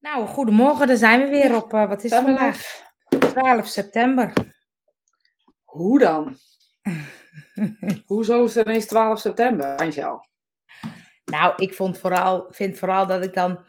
Nou, goedemorgen, daar zijn we weer op, wat is het Zijn we vandaag? live? 12 september. Hoe dan? Hoezo is het ineens 12 september, Angel? Nou, ik vind vooral dat ik dan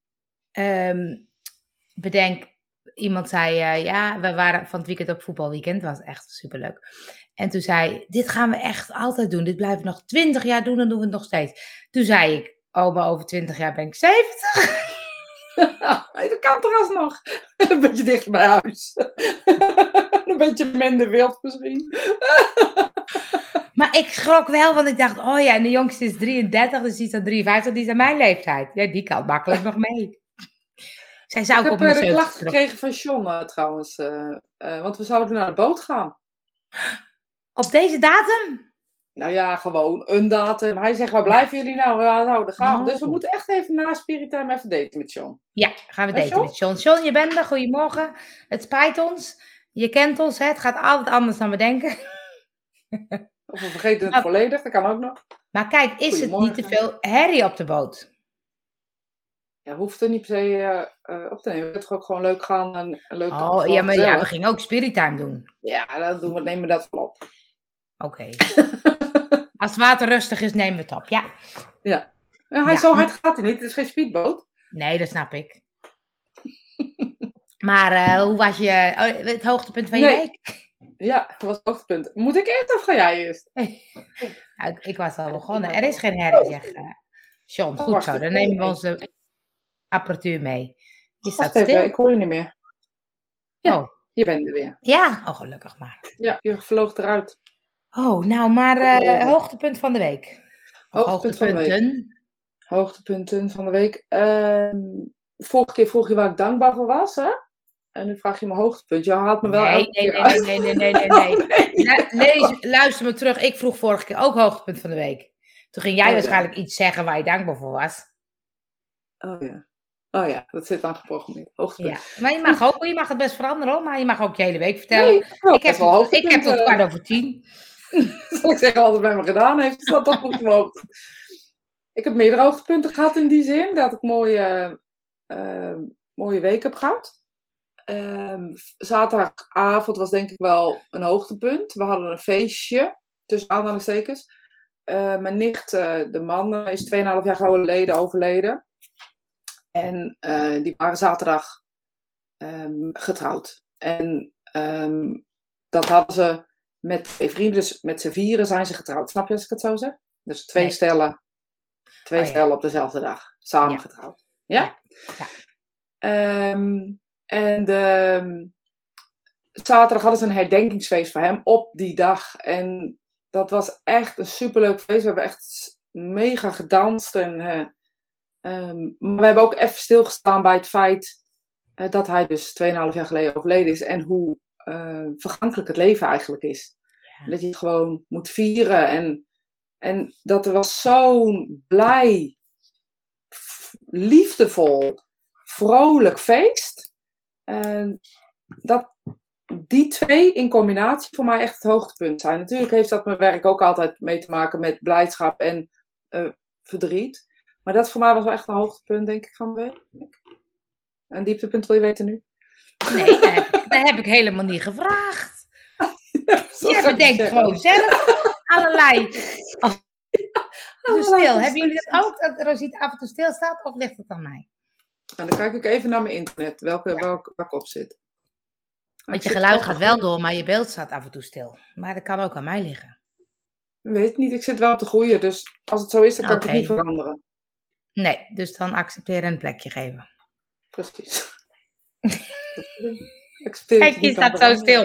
bedenk, iemand zei, ja, we waren van het weekend op voetbalweekend, was echt superleuk. En toen zei, dit gaan we echt altijd doen, dit blijven we nog 20 jaar doen, dan doen we het nog steeds. Toen zei ik, oh, maar over 20 jaar ben ik 70. Dat kan toch alsnog? Een beetje dicht bij huis. Een beetje minder wild misschien. Maar ik schrok wel, want ik dacht, oh ja, en de jongste is 33, dus die is dan 53, die is aan mijn leeftijd. Ja, die kan makkelijk nog mee. Zij zou Ik ook op heb mijn de 70 klacht gekregen van John trouwens. Want we zouden naar de boot gaan. Op deze datum? Nou ja, gewoon een datum. Hij zegt, waar blijven jullie nou? We zouden gaan. Oh. Dus we moeten echt even na Spirit Time even daten met John. Ja, gaan we Hè, daten John? met John. John, je bent er, goedemorgen. Het spijt ons. Je kent ons, hè? Het gaat altijd anders dan we denken. Of we vergeten het volledig, dat kan ook nog. Maar kijk, is het niet te veel herrie op de boot? Ja, hoeft er niet per se op te nemen. We willen ook gewoon leuk gaan en leuk. Oh, ja, maar ja, we gingen ook Spirit Time doen. Ja, dat doen we, nemen we dat wel op. Oké. Als het water rustig is, nemen we het op, ja. Ja. Ja, zo hard gaat hij niet, het is geen speedboot. Nee, dat snap ik. Maar hoe was het hoogtepunt van je week? Ja, dat was het hoogtepunt. Moet ik eerst of ga jij eerst? Nou, ik was al begonnen. Er is geen herrie, zegt John. Goed zo, dan nemen we onze apparatuur mee. Die staat stil. Ik hoor je niet meer. Ja, oh. Je bent er weer. Ja, oh gelukkig maar. Ja, je vloog eruit. Oh, nou maar hoogtepunt van de week. Hoogtepunten van de week. Vorige keer vroeg je waar ik dankbaar voor was, hè? En nu vraag je mijn hoogtepunt. Je haalt me wel Nee. Luister me terug. Ik vroeg vorige keer ook hoogtepunt van de week. Toen ging jij waarschijnlijk iets zeggen waar je dankbaar voor was. Oh ja, dat zit dan geprogrammeerd. Hoogtepunt. Ja, maar je mag het best veranderen hoor. Maar je mag ook je hele week vertellen. Ik heb tot 9:15. Zal ik zeggen wat het bij me gedaan heeft, is dat toch goed mogelijk. Ik heb meerdere hoogtepunten gehad in die zin. Dat ik mooie week heb gehad. Zaterdagavond was denk ik wel een hoogtepunt. We hadden een feestje, tussen aanhalingstekens. Mijn nicht, de man, is 2,5 jaar geleden overleden. En die waren zaterdag getrouwd. En dat hadden ze met 2 vrienden. Dus met z'n vieren zijn ze getrouwd. Snap je als ik het zo zeg? Dus 2 stellen. 2 stellen op dezelfde dag. Samen getrouwd. Ja? En zaterdag hadden ze een herdenkingsfeest voor hem op die dag. En dat was echt een superleuk feest. We hebben echt mega gedanst. Maar we hebben ook even stilgestaan bij het feit dat hij dus 2,5 jaar geleden overleden is. En hoe vergankelijk het leven eigenlijk is. Ja. Dat je het gewoon moet vieren. En dat er was zo'n blij, liefdevol, vrolijk feest. Dat die 2 in combinatie voor mij echt het hoogtepunt zijn. Natuurlijk heeft dat mijn werk ook altijd mee te maken met blijdschap en verdriet. Maar dat voor mij was wel echt een hoogtepunt, denk ik, van de week. Een dieptepunt wil je weten nu? Nee, dat heb ik helemaal niet gevraagd. Je bedenkt gewoon zelf allerlei. Stil. Hebben jullie dat ook, dat Rosita af en toe stilstaat, of ligt het aan mij? Nou, dan kijk ik even naar mijn internet, waar ik op zit. Want je geluid gaat wel door, maar je beeld staat af en toe stil. Maar dat kan ook aan mij liggen. Weet niet, ik zit wel op de goede, dus als het zo is, dan kan ik het niet veranderen. Nee, dus dan accepteren en een plekje geven. Precies. Kijk, je staat zo stil.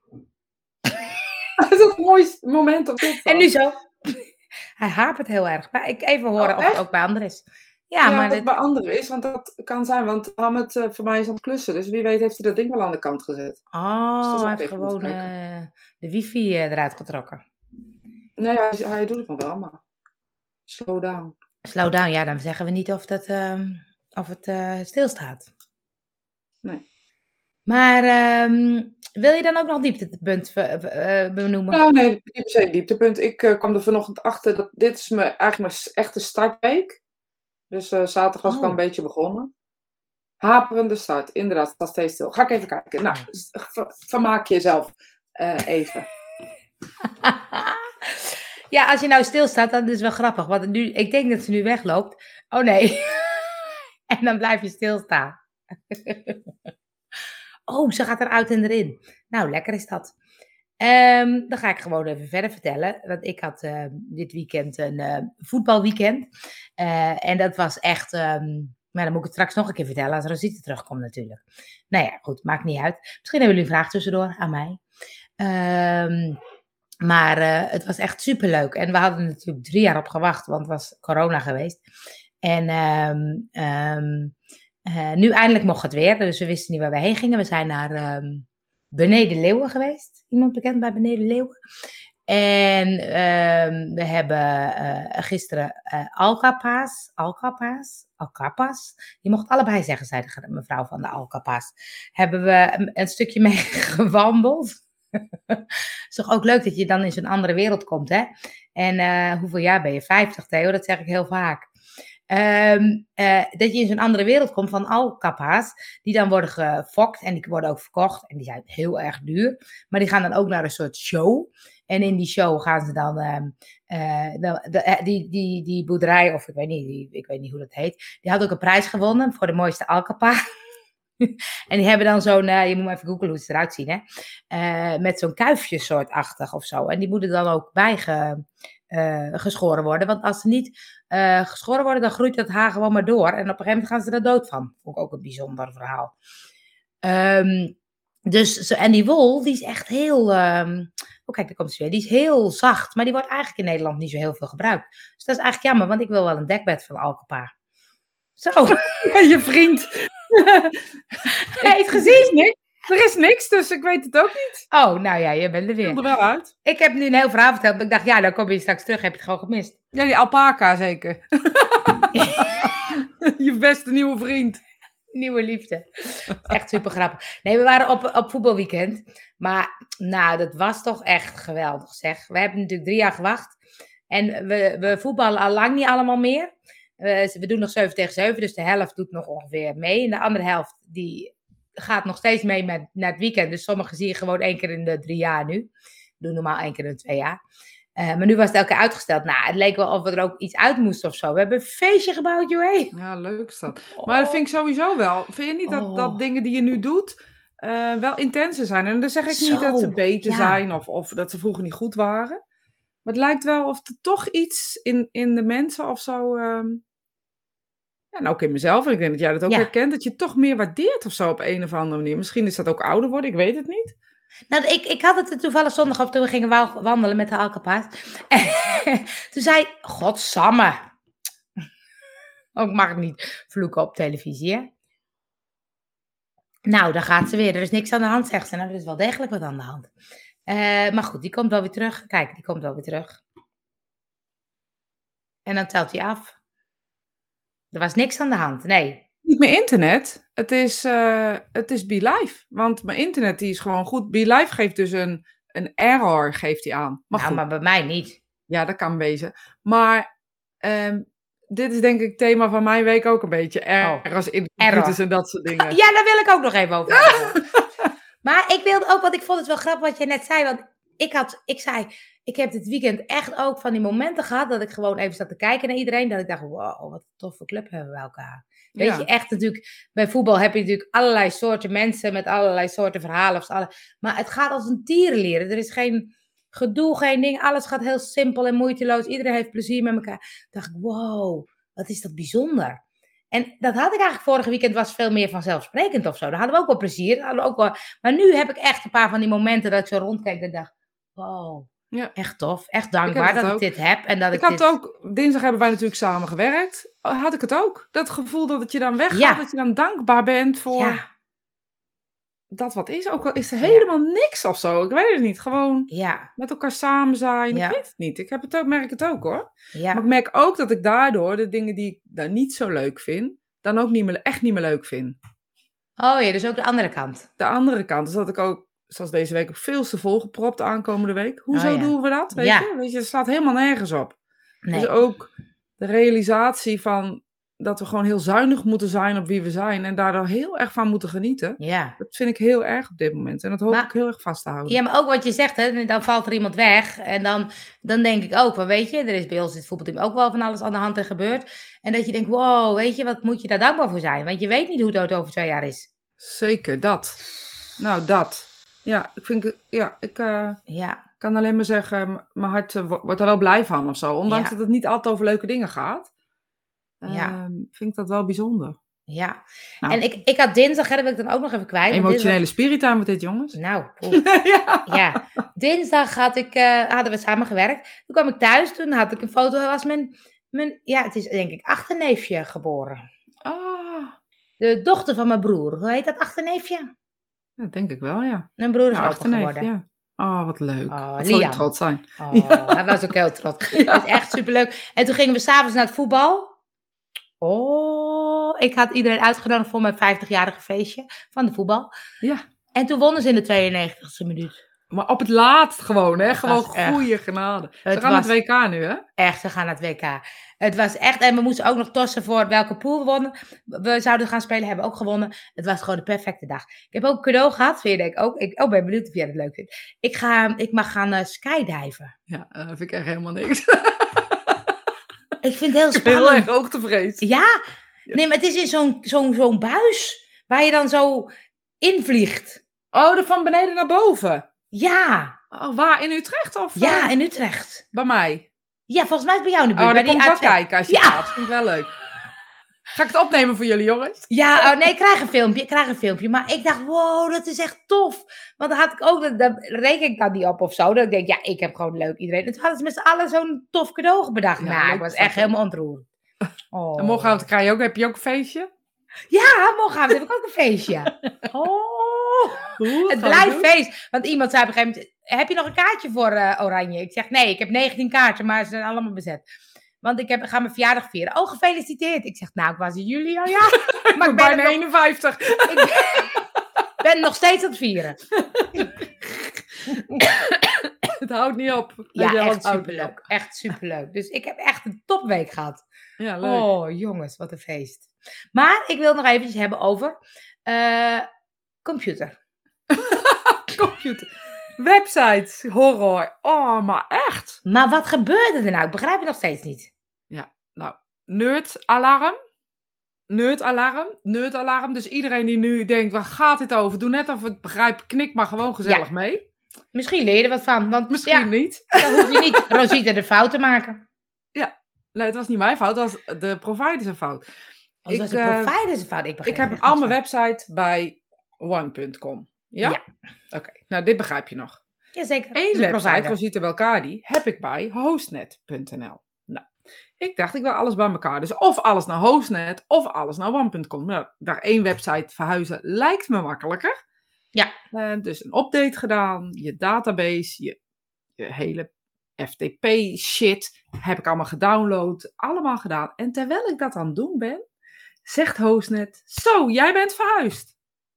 Dat is een mooi moment op dit. En nu zo. Hij hapert heel erg. Maar ik even horen of het ook bij anderen is. Ja, maar dat het bij anderen is, want dat kan zijn. Want Hamid voor mij is aan het klussen. Dus wie weet heeft hij dat ding wel aan de kant gezet. Oh, dus hij heeft gewoon de wifi eruit getrokken. Nee, hij doet het nog wel, maar slow down. Slow down, ja, dan zeggen we niet of het stilstaat. Nee. Maar wil je dan ook nog dieptepunt benoemen? Nou, nee, niet per se dieptepunt. Ik kwam er vanochtend achter dat dit is eigenlijk mijn echte startweek. Dus zaterdag was ik al een beetje begonnen. Haperende start, inderdaad, staat steeds stil. Ga ik even kijken. Nou, vermaak jezelf even. Ja, als je nou stilstaat, dan is het wel grappig. Want nu, ik denk dat ze nu wegloopt. Oh nee. En dan blijf je stilstaan. Oh, ze gaat eruit en erin. Nou, lekker is dat. Dan ga ik gewoon even verder vertellen. Want ik had dit weekend een voetbalweekend. En dat was echt... maar dan moet ik het straks nog een keer vertellen als Rosita terugkomt natuurlijk. Nou ja, goed, maakt niet uit. Misschien hebben jullie een vraag tussendoor aan mij. Maar het was echt superleuk. En we hadden natuurlijk 3 jaar op gewacht, want het was corona geweest. En nu eindelijk mocht het weer. Dus we wisten niet waar we heen gingen. We zijn naar Beneden Leeuwen geweest. Iemand bekend bij Beneden Leeuwen? En we hebben gisteren Alcapas. Je mocht allebei zeggen, zei de mevrouw van de Alcapas. Hebben we een stukje mee gewandeld. Het is toch ook leuk dat je dan in zo'n andere wereld komt, hè? En hoeveel jaar ben je? 50, Theo? Dat zeg ik heel vaak. Dat je in zo'n andere wereld komt van alcapa's, die dan worden gefokt en die worden ook verkocht. En die zijn heel erg duur. Maar die gaan dan ook naar een soort show. En in die show gaan ze dan die boerderij, of ik weet niet hoe dat heet, die had ook een prijs gewonnen voor de mooiste alcapa. En die hebben dan zo'n, je moet maar even googlen hoe ze eruit zien, hè. Met zo'n kuifjesoortachtig of zo. En die moeten dan ook geschoren worden. Want als ze niet geschoren worden, dan groeit dat haar gewoon maar door. En op een gegeven moment gaan ze er dood van. Vond ik ook een bijzonder verhaal. En die wol, die is echt heel... oh kijk, daar komt ze weer. Die is heel zacht, maar die wordt eigenlijk in Nederland niet zo heel veel gebruikt. Dus dat is eigenlijk jammer, want ik wil wel een dekbed van alcapa. Zo. Je vriend... Heb je het gezien? Er is niks, dus ik weet het ook niet. Oh, nou ja, je bent er weer. Ik kom er wel uit. Ik heb nu een heel verhaal verteld, maar ik dacht, ja, dan kom je straks terug, heb je het gewoon gemist. Ja, die alpaca zeker. Je beste nieuwe vriend. Nieuwe liefde. Echt super grappig. Nee, we waren op voetbalweekend. Maar nou, dat was toch echt geweldig, zeg. We hebben natuurlijk 3 jaar gewacht. En we voetballen al lang niet allemaal meer. We doen nog 7 tegen 7, dus de helft doet nog ongeveer mee. En de andere helft, die gaat nog steeds mee naar het weekend. Dus sommigen zie je gewoon 1 keer in de 3 jaar nu. We doen normaal 1 keer in de 2 jaar. Maar nu was het elke keer uitgesteld. Nou, het leek wel of we er ook iets uit moesten of zo. We hebben een feestje gebouwd, joh. Ja, leuk is dat. Maar dat vind ik sowieso wel. Vind je niet dat dingen die je nu doet wel intenser zijn? En dan zeg ik niet dat ze beter zijn of dat ze vroeger niet goed waren. Maar het lijkt wel of er toch iets in de mensen of zo... en ook in mezelf, en ik denk dat jij dat ook herkent, dat je toch meer waardeert of zo op een of andere manier. Misschien is dat ook ouder worden, ik weet het niet. Nou, ik had het er toevallig zondag op toen we gingen wandelen met de alcapa's. Toen zei godsamme. Ook mag ik niet vloeken op televisie, hè? Nou, daar gaat ze weer. Er is niks aan de hand, zegt ze. Nou, er is wel degelijk wat aan de hand. Maar goed, die komt wel weer terug. Kijk, die komt wel weer terug. En dan telt hij af. Er was niks aan de hand, nee. Niet mijn internet. Het is BeLive. Want mijn internet die is gewoon goed. BeLive geeft dus een error geeft hij aan. Maar bij mij niet. Ja, dat kan wezen. Maar dit is denk ik het thema van mijn week ook een beetje. Errors in de computers en dat soort dingen. Ja, daar wil ik ook nog even over hebben. Maar ik wilde ook, want ik vond het wel grappig wat je net zei. Want ik heb dit weekend echt ook van die momenten gehad dat ik gewoon even zat te kijken naar iedereen. Dat ik dacht, wow, wat een toffe club hebben we elkaar. Weet je, echt natuurlijk, bij voetbal heb je natuurlijk allerlei soorten mensen met allerlei soorten verhalen. Maar het gaat als een tierenlier. Er is geen gedoe, geen ding. Alles gaat heel simpel en moeiteloos. Iedereen heeft plezier met elkaar. Toen dacht ik, wow, wat is dat bijzonder. En dat had ik eigenlijk vorige weekend, was veel meer vanzelfsprekend of zo. Daar hadden we ook wel plezier. Maar nu heb ik echt een paar van die momenten dat ik zo rondkijk en dacht, wow. Ja. Echt tof, echt dankbaar dat ik dit heb. En dat ik had ook, dinsdag hebben wij natuurlijk samen gewerkt. Had ik het ook. Dat gevoel dat je dan weggaat, dat je dan dankbaar bent voor dat wat is. Ook al is er helemaal niks of zo. Ik weet het niet. Gewoon met elkaar samen zijn. Ik weet het niet. Ik merk het ook hoor. Ja. Maar ik merk ook dat ik daardoor de dingen die ik dan niet zo leuk vind, dan ook echt niet meer leuk vind. Oh ja, dus ook de andere kant. De andere kant. Dus dat ik ook zoals deze week ook veel te volgepropt aankomende week. Hoezo doen we dat? Weet je? Het slaat helemaal nergens op. Nee. Dus ook de realisatie van dat we gewoon heel zuinig moeten zijn op wie we zijn. En daardoor heel erg van moeten genieten. Ja. Dat vind ik heel erg op dit moment. En dat hoop Maar- ik heel erg vast te houden. Ja, maar ook wat je zegt, hè, dan valt er iemand weg. En dan denk ik ook, van, weet je, er is bij ons in het voetbalteam ook wel van alles aan de hand en gebeurd. En dat je denkt, wow, weet je, wat moet je daar dankbaar voor zijn? Want je weet niet hoe het over 2 jaar is. Zeker, dat. Nou, dat. Ja, ik Ja, kan alleen maar zeggen, mijn hart wordt er wel blij van of zo. Ondanks Ja. dat het niet altijd over leuke dingen gaat. Ja. Vind ik dat wel bijzonder. ja. Nou. En ik had dinsdag, hè, dat wil ik dan ook nog even kwijt. want Emotionele spirit aan met dit, jongens. Nou, poeh. Ja, dinsdag hadden we samen gewerkt. Toen kwam ik thuis, toen had ik een foto, was ja, het is denk ik achterneefje geboren. Ah, De dochter van mijn broer. Hoe heet dat achterneefje? dat denk ik wel, ja. Mijn broer is Ja, opa achterneef, geworden. ja. Oh, wat leuk. Oh, Wat zal je Liam. trots zijn. Oh, hij was ook heel trots. Dat is echt superleuk. En toen gingen we s'avonds naar het voetbal. Oh, ik had iedereen uitgenodigd voor mijn 50-jarige feestje van de voetbal. Ja, En toen wonnen ze in de 92e minuut. maar op het laatst gewoon, hè. Het Gewoon was echt- goede genade. Ze het gaan naar was- het WK nu, hè. Echt, ze gaan naar het WK. Het was echt, en we moesten ook nog tossen voor welke pool we wonnen. We zouden gaan spelen, hebben ook gewonnen. Het was gewoon de perfecte dag. Ik heb ook een cadeau gehad, vind je denk ik ook. Ik ben benieuwd of jij het leuk vindt. Ik mag gaan skydiven. Ja, dat vind ik echt helemaal niks. Ik vind het heel Ik ben heel spannend. erg hoogtevrees. Ja, nee, maar het is in zo'n buis waar je dan zo invliegt. Oh, van beneden naar boven. Ja, Oh, waar? In Utrecht of ja, in Utrecht. bij mij? Ja, volgens mij is het bij jou in de Oh, buurt. dan bij kom ik die wel A2. kijken als je Ja. gaat. Vind ik wel leuk. Ga ik het opnemen voor jullie, jongens? Ja, oh nee, ik krijg een filmpje. Maar ik dacht, wow, dat is echt tof. Want dan had ik ook, daar reken ik dan niet op of zo. Dat ik denk, ja, ik heb gewoon leuk iedereen. En toen hadden ze met z'n allen zo'n tof cadeau bedacht. Ja, Nou, leuk ik was is dat, echt hè? helemaal ontroerd. Oh. En morgenavond heb je ook een feestje? Ja, morgenavond heb ik ook een feestje. Oh. Het blijft feest. Want iemand zei op een gegeven moment, heb je nog een kaartje voor Oranje? Ik zeg, nee, ik heb 19 kaarten, maar ze zijn allemaal bezet. Want ik ga mijn verjaardag vieren. Oh, gefeliciteerd. Ik zeg, nou, ik was in juli al, ja. Maar ik ben bijna nog, 51. ik ben nog steeds aan het vieren. Het houdt niet op. Ja, Het echt houdt niet superleuk. Echt superleuk. Dus ik heb echt een topweek gehad. op. Ja, leuk. Oh, jongens, wat een feest. Maar ik wil nog eventjes hebben over computer. Computer. Websites, horror. Oh, maar echt. Maar wat gebeurde er nou? Ik begrijp het nog steeds niet. Nou, nerdalarm. Nerdalarm. Dus iedereen die nu denkt, waar gaat dit over? Doe net of ik begrijp, knik maar gewoon gezellig mee. Misschien leer je er wat van. Want Misschien niet. dan hoef je niet Rosita de fout te maken. Nee, het was niet mijn fout, het was de provider fout. Als was de provider zijn fout. Ik Ik heb al mijn website bij one.com. Ja? Ja. Oké, nou dit begrijp je nog. Jazeker. Eén de website, provider. Rosita Belkadi, heb ik bij hostnet.nl. Nou, ik dacht, ik wil alles bij elkaar. Dus of alles naar Hostnet, of alles naar one.com. Nou, daar één website verhuizen lijkt me makkelijker. Ja. Dus een update gedaan, je database, je hele FTP-shit heb ik allemaal gedownload, allemaal gedaan. En terwijl ik dat aan het doen ben, zegt Hostnet, zo, jij bent verhuisd.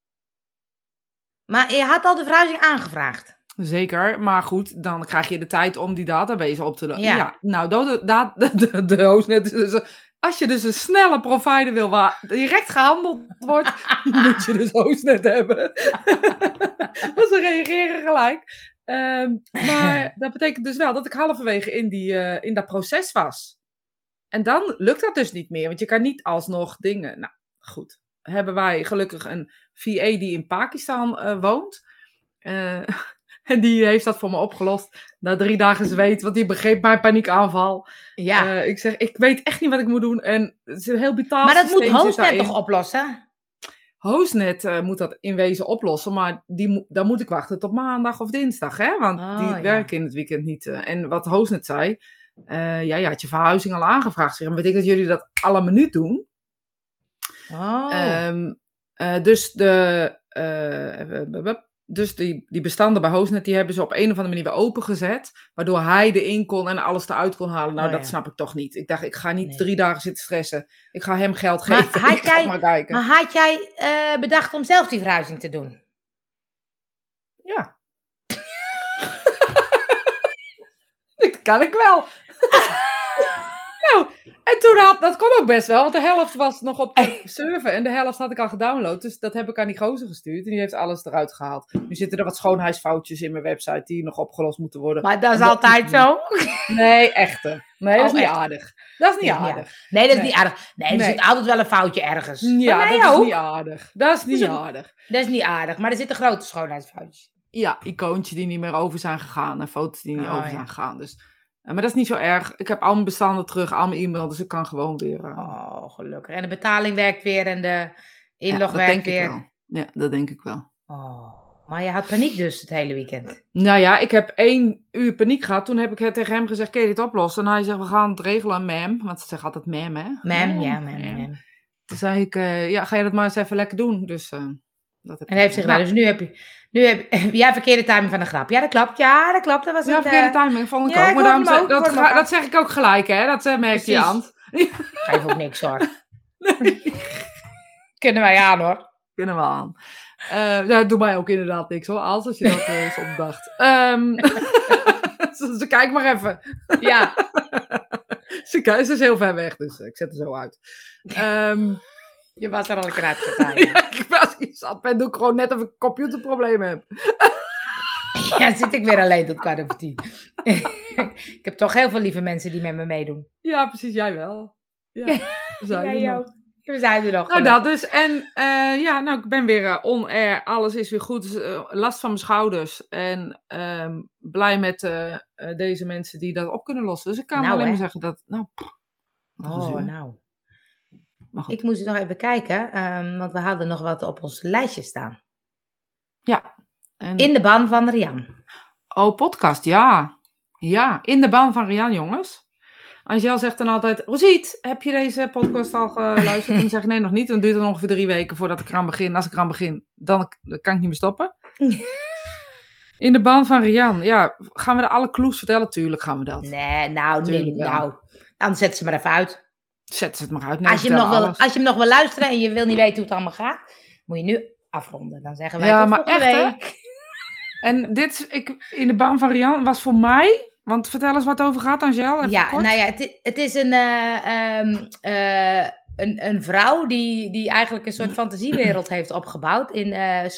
Maar je had al de verhuizing aangevraagd. Zeker, maar goed, dan krijg je de tijd om die database op te laden. Ja. Ja, nou, de Hostnet is dus, als je dus een snelle provider wil waar direct gehandeld wordt, moet je dus Hostnet hebben. Want ze reageren gelijk. Maar dat betekent dus wel dat ik halverwege in dat proces was. En dan lukt dat dus niet meer, want je kan niet alsnog dingen. Nou, goed. Hebben wij gelukkig een VA die in Pakistan woont. En die heeft dat voor me opgelost. Na 3 dagen zweet, want die begreep mijn paniekaanval. Ja. Ik zeg, ik weet echt niet wat ik moet doen. En het is een heel betaald Maar dat moet systeem zit Hostnet daarin. toch oplossen? Hostnet moet dat in wezen oplossen, maar dan moet ik wachten tot maandag of dinsdag, hè? Want Oh, die ja. werken in het weekend niet. En wat Hostnet zei, ja, je had je verhuizing al aangevraagd. Zeg, maar betekent dat jullie dat alle minuut doen? Oh. Dus die bestanden bij Hostnet, die hebben ze op een of andere manier weer opengezet, waardoor hij erin kon en alles eruit kon halen. Nou, Oh, dat ja. snap ik toch niet. Ik dacht, ik ga niet Nee. 3 dagen zitten stressen. Ik ga hem geld Maar geven. had Ik ga jij- maar kijken. Maar had jij bedacht om zelf die verhuizing te doen? Ja. Dat kan ik wel. Nou, en toen dat kon ook best wel, want de helft was nog op de server en de helft had ik al gedownload. Dus dat heb ik aan die gozer gestuurd en die heeft alles eruit gehaald. Nu zitten er wat schoonheidsfoutjes in mijn website die nog opgelost moeten worden. Maar dat is altijd zo. Nee, echte. Nee, dat is niet echt? aardig. Dat is niet aardig. Nee, dat is niet aardig. Nee, er zit altijd wel een foutje ergens. Ja, dat is niet aardig. Dat is niet aardig. Dat is niet aardig, maar er zitten grote schoonheidsfoutjes. Ja, icoontjes die niet meer over zijn gegaan en foto's die niet over zijn gegaan. Dus, maar dat is niet zo erg. Ik heb al mijn bestanden terug, al mijn e-mail, dus ik kan gewoon weer... Oh, gelukkig. En de betaling werkt weer en de inlog werkt weer. Ja, dat denk ik wel. Oh, maar je had paniek dus het hele weekend. Nou ja, ik heb 1 uur paniek gehad. Toen heb ik tegen hem gezegd, kun je dit oplossen? En hij zegt, we gaan het regelen, ma'am. Want ze zeggen altijd ma'am, hè? Ma'am. Toen zei ik, ga je dat maar eens even lekker doen. Dus, dat heb en heeft zich gedaan. Dus nu heb jij verkeerde timing van de grap. Ja, dat klopt. Dat was ja, verkeerde timing vond ik ook. Maar dat zeg ik ook gelijk, hè? Dat merkt je aan. Geef ook niks, hoor. Kunnen wij aan, hoor. Kunnen we aan. Ja, doe mij ook inderdaad niks, hoor. Als je dat soms dacht. Dus kijk maar even. Ja. Ze is heel ver weg, dus ik zet er zo uit. Je was er al een keer uitgegaan. Ja, ik zat ben, doe ik gewoon net of ik computerproblemen heb. Ja, zit ik weer alleen tot 9:45. Ik heb toch heel veel lieve mensen die met me meedoen. Ja, precies, jij wel. Ja, jij ook. We zijn er nog. Nou, dat dus. En ik ben weer on-air. Alles is weer goed. Last van mijn schouders. En blij met deze mensen die dat op kunnen lossen. Dus ik kan alleen maar zeggen dat... Ik moest nog even kijken. Want we hadden nog wat op ons lijstje staan. Ja. In de ban van Rian. Oh, podcast, ja. Ja, in de ban van Rian, jongens. Angel zegt dan altijd, Rosiet, heb je deze podcast al geluisterd? En dan zeg ik, nee, nog niet. Dan duurt het ongeveer 3 weken voordat ik eraan begin. Als ik eraan begin, dan kan ik niet meer stoppen. In de ban van Rian. Ja, gaan we de alle clues vertellen? Tuurlijk gaan we dat. Nee, dan zet ze maar even uit. Zet ze het maar uit. Nee, als je hem nog wil luisteren en je wil niet weten hoe het allemaal gaat, moet je nu afronden. Dan zeggen wij tot volgende week. En in de ban van Rian was voor mij... Want vertel eens wat het over gaat, Angel. Het is een vrouw die eigenlijk een soort fantasiewereld heeft opgebouwd. In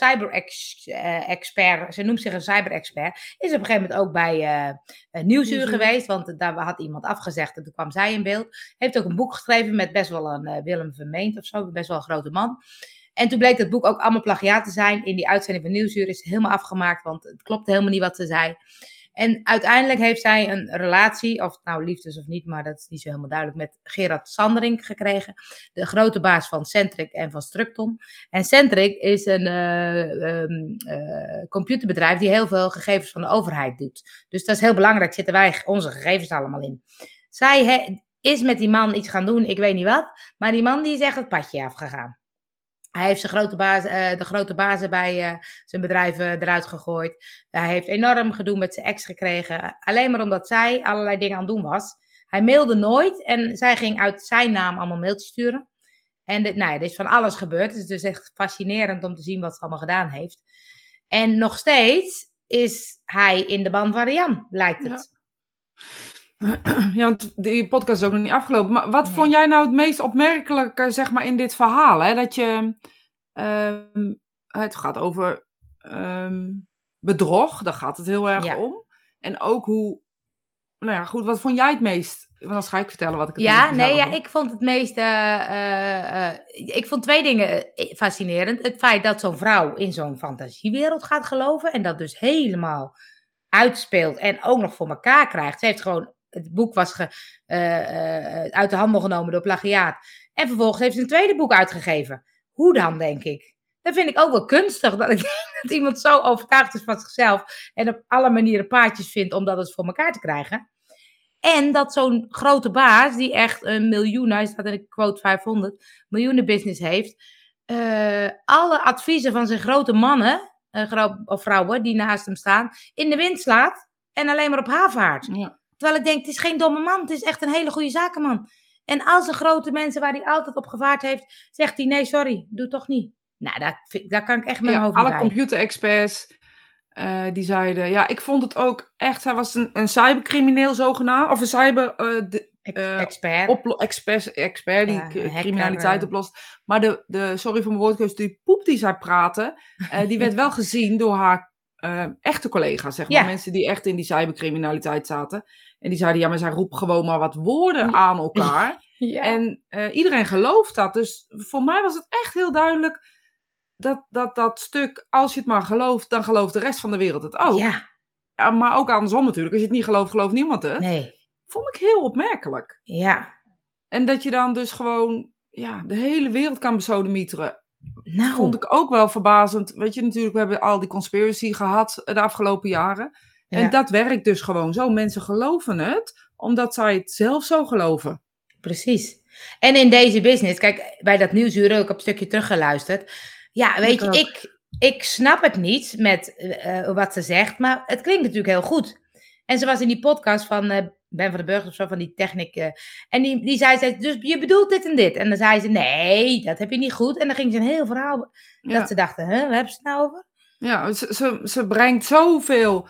cyber-expert, ze noemt zich een cyber-expert. Is op een gegeven moment ook bij Nieuwsuur geweest, want daar had iemand afgezegd en toen kwam zij in beeld. Heeft ook een boek geschreven met best wel een Willem Vermeend of zo, best wel een grote man. En toen bleek dat boek ook allemaal plagiaat te zijn. In die uitzending van Nieuwsuur is het helemaal afgemaakt, want het klopte helemaal niet wat ze zei. En uiteindelijk heeft zij een relatie, of het nou liefdes of niet, maar dat is niet zo helemaal duidelijk, met Gerard Sanderink gekregen. De grote baas van Centric en van Structon. En Centric is een computerbedrijf die heel veel gegevens van de overheid doet. Dus dat is heel belangrijk, zitten wij onze gegevens allemaal in. Zij is met die man iets gaan doen, ik weet niet wat, maar die man die is echt het padje afgegaan. Hij heeft de grote bazen bij zijn bedrijven eruit gegooid. Hij heeft enorm gedoe met zijn ex gekregen. Alleen maar omdat zij allerlei dingen aan het doen was. Hij mailde nooit en zij ging uit zijn naam allemaal mailtjes sturen. En er is van alles gebeurd. Het is dus echt fascinerend om te zien wat ze allemaal gedaan heeft. En nog steeds is hij in de ban van Rian, lijkt het. Ja, want die podcast is ook nog niet afgelopen. Maar wat vond jij nou het meest opmerkelijke, zeg maar, in dit verhaal? Hè? Dat je... het gaat over bedrog, daar gaat het heel erg om. En ook hoe... Nou ja, goed, wat vond jij het meest? Want dan ga ik vertellen wat ik het ik vond het meest... ik vond 2 dingen fascinerend. Het feit dat zo'n vrouw in zo'n fantasiewereld gaat geloven. En dat dus helemaal uitspeelt en ook nog voor elkaar krijgt. Ze heeft gewoon... Het boek was uit de handel genomen door plagiaat. En vervolgens heeft ze een tweede boek uitgegeven. Hoe dan, denk ik? Dat vind ik ook wel kunstig. Dat iemand zo overtuigd is van zichzelf. En op alle manieren paadjes vindt om dat voor elkaar te krijgen. En dat zo'n grote baas, die echt een miljoen, hij staat in de quote 500, miljoenen business heeft. Alle adviezen van zijn grote mannen, of vrouwen die naast hem staan, in de wind slaat. En alleen maar op haar vaart. Ja. Terwijl ik denk, het is geen domme man. Het is echt een hele goede zakenman. En als de grote mensen waar hij altijd op gevaard heeft, zegt hij, nee, sorry, doe toch niet. Nou, daar kan ik echt met mijn hoofd alle computerexperts die zeiden, ik vond het ook echt, hij was een cybercrimineel zogenaamd, of een Expert. expert die Ja, hacker. criminaliteit oplost. Maar sorry voor mijn woordkeuze, die poep die zij praten, die werd wel gezien door haar echte collega's, zeg maar. Ja. Mensen die echt in die cybercriminaliteit zaten. En die zeiden, ja, maar zij roept gewoon maar wat woorden aan elkaar. Ja. En iedereen gelooft dat. Dus voor mij was het echt heel duidelijk dat stuk, als je het maar gelooft, dan gelooft de rest van de wereld het ook. Ja. Ja, maar ook andersom natuurlijk. Als je het niet gelooft, gelooft niemand het. Nee. Vond ik heel opmerkelijk. Ja. En dat je dan dus gewoon de hele wereld kan besodemieteren. Nou. Vond ik ook wel verbazend. Weet je, natuurlijk, we hebben al die conspiracy gehad de afgelopen jaren. Ja. En dat werkt dus gewoon zo. Mensen geloven het, omdat zij het zelf zo geloven. Precies. En in deze business, kijk, bij dat Nieuwsuur heb ik een stukje teruggeluisterd. Ja, weet je, ik snap het niet met wat ze zegt, maar het klinkt natuurlijk heel goed. En ze was in die podcast van Ben van den Burg of zo, van die techniek. En die zei, dus je bedoelt dit en dit. En dan zei ze, nee, dat heb je niet goed. En dan ging ze een heel verhaal, dat ze dachten, waar hebben ze het nou over? Ja, ze brengt zoveel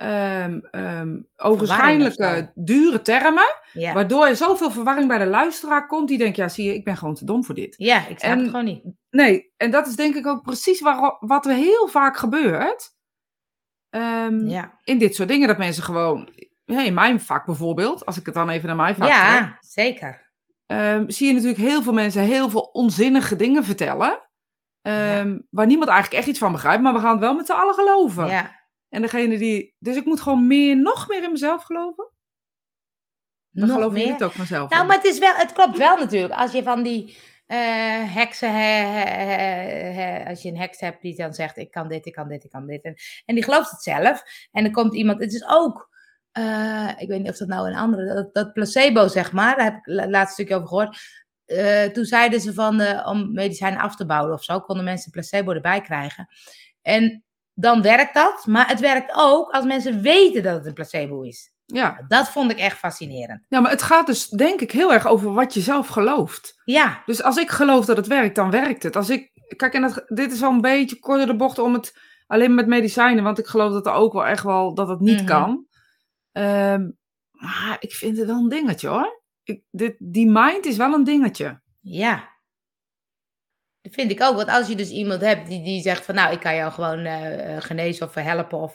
ogenschijnlijke dure termen, waardoor er zoveel verwarring bij de luisteraar komt, die denkt, ja, zie je, ik ben gewoon te dom voor dit. Ja, ik snap het gewoon niet. Nee, en dat is denk ik ook precies wat er heel vaak gebeurt. In dit soort dingen, dat mensen gewoon, in mijn vak bijvoorbeeld, als ik het dan even naar mijn vak trek, zeker. Zie je natuurlijk heel veel mensen heel veel onzinnige dingen vertellen, waar niemand eigenlijk echt iets van begrijpt, maar we gaan het wel met z'n allen geloven. Ja. En degene die... Dus ik moet gewoon nog meer in mezelf geloven? Dan geloof je het ook vanzelf. Nou, maar het klopt wel natuurlijk. Als je van die heksen... als je een heks hebt die dan zegt, ik kan dit, ik kan dit, ik kan dit. En die gelooft het zelf. En dan komt iemand... Het is ook... ik weet niet of dat nou een andere... Dat placebo, zeg maar. Daar heb ik het laatste stukje over gehoord. Toen zeiden ze van... om medicijnen af te bouwen of zo... konden mensen placebo erbij krijgen. En... dan werkt dat, maar het werkt ook als mensen weten dat het een placebo is. Ja. Dat vond ik echt fascinerend. Ja, maar het gaat dus denk ik heel erg over wat je zelf gelooft. Ja. Dus als ik geloof dat het werkt, dan werkt het. Kijk, en dit is wel een beetje kort door de bocht om het alleen met medicijnen, want ik geloof dat er ook wel echt wel dat het niet kan. Maar ik vind het wel een dingetje hoor. Die mind is wel een dingetje. Ja. Dat vind ik ook, want als je dus iemand hebt die zegt van nou, ik kan jou gewoon genezen of helpen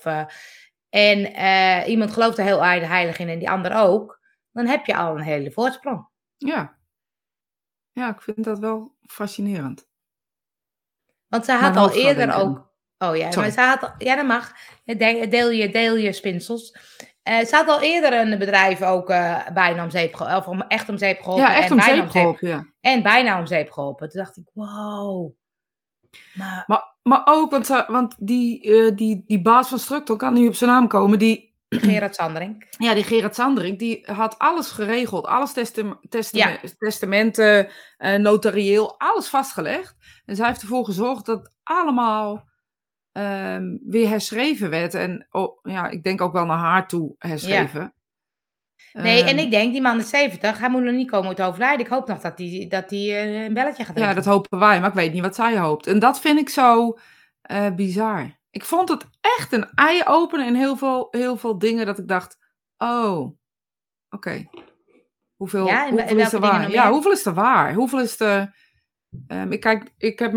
en iemand gelooft er heel heilig in en die ander ook, dan heb je al een hele voorsprong. Ja. Ja, ik vind dat wel fascinerend. Want ze had al eerder ook... Oh ja, maar ze had... Ja, dat mag. Deel je spinsels. Ze had al eerder een bedrijf ook bijna om zeep geholpen. Of echt om zeep geholpen. Ja, echt om zeep geholpen, ja. En bijna om zeep geholpen. Toen dacht ik, wow. Maar ook, want die baas van Structor, kan nu op zijn naam komen, Gerard Sanderink. Ja, die Gerard Sanderink, die had alles geregeld. Alles testamenten, notarieel, alles vastgelegd. En zij heeft ervoor gezorgd dat het allemaal weer herschreven werd. En ik denk ook wel naar haar toe herschreven. Ja. Nee, en ik denk, die man is 70, hij moet nog niet komen te overlijden. Ik hoop nog dat hij een belletje gaat doen. Ja, dat hopen wij, maar ik weet niet wat zij hoopt. En dat vind ik zo bizar. Ik vond het echt een eye-opener in heel veel dingen dat ik dacht, oh, oké. Hoeveel is er waar? Ja, hoeveel is er waar? Hoeveel is er... ik heb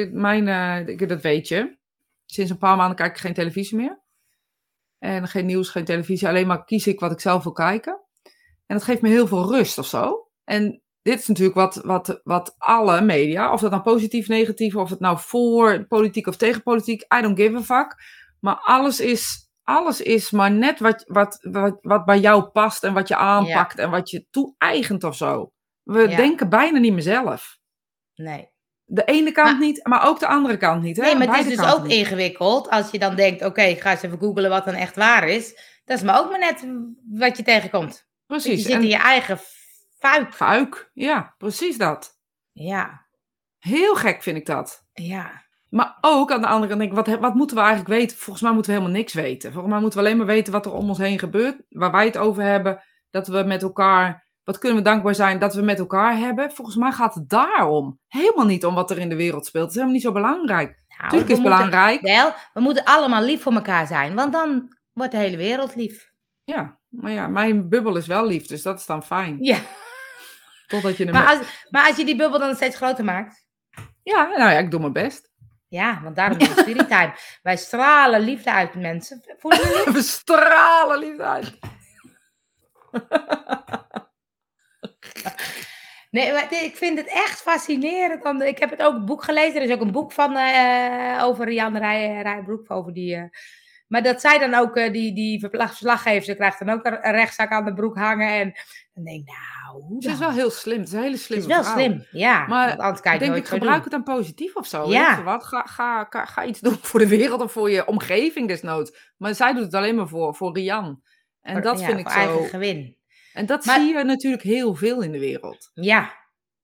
dat weet je. Sinds een paar maanden kijk ik geen televisie meer. En geen nieuws, geen televisie. Alleen maar kies ik wat ik zelf wil kijken. En dat geeft me heel veel rust of zo. En dit is natuurlijk wat alle media, of dat nou positief, negatief, of het nou voor politiek of tegen politiek, I don't give a fuck. Maar alles is maar net wat bij jou past en wat je aanpakt en wat je toe-eigent of zo. We denken bijna niet meer zelf. Nee. De ene kant niet, maar ook de andere kant niet. Hè? Nee, maar het is dus ook ingewikkeld als je dan denkt, oké, ik ga eens even googlen wat dan echt waar is. Dat is maar ook maar net wat je tegenkomt. Precies. Dus je zit in je eigen fuik. Ja, precies dat. Ja. Heel gek vind ik dat. Ja. Maar ook aan de andere kant denk ik, wat moeten we eigenlijk weten? Volgens mij moeten we helemaal niks weten. Volgens mij moeten we alleen maar weten wat er om ons heen gebeurt. Waar wij het over hebben, dat we met elkaar... Wat kunnen we dankbaar zijn dat we met elkaar hebben? Volgens mij gaat het daarom. Helemaal niet om wat er in de wereld speelt. Het is helemaal niet zo belangrijk. Natuurlijk is het belangrijk. We moeten allemaal lief voor elkaar zijn. Want dan wordt de hele wereld lief. Ja. Maar ja, mijn bubbel is wel lief, dus dat is dan fijn. Ja. Totdat je hem... Maar als je die bubbel dan steeds groter maakt? Ja, nou ja, ik doe mijn best. Ja, want daarom is het Spirit Time. Wij stralen liefde uit, mensen. Voelen jullie het? We stralen liefde uit. Nee, maar ik vind het echt fascinerend. Want ik heb het ook een boek gelezen. Er is ook een boek van over Jan Rijbroek. Over die, maar dat zij dan ook, die verslaggever, ze krijgt dan ook een rechtszaak aan de broek hangen. En dan denk ik, nou, hoe dan? Ze is wel heel slim. Het is een hele slimme Het is wel vrouw. slim, ja. Maar want anders kan je het denk nooit ik, zo gebruik doen. het dan positief of zo. Ja. Weet je wat? Ga iets doen voor de wereld of voor je omgeving desnoods. Maar zij doet het alleen maar voor Rian. En dat vind ik voor zo... eigen gewin. En dat zie je natuurlijk heel veel in de wereld. Ja.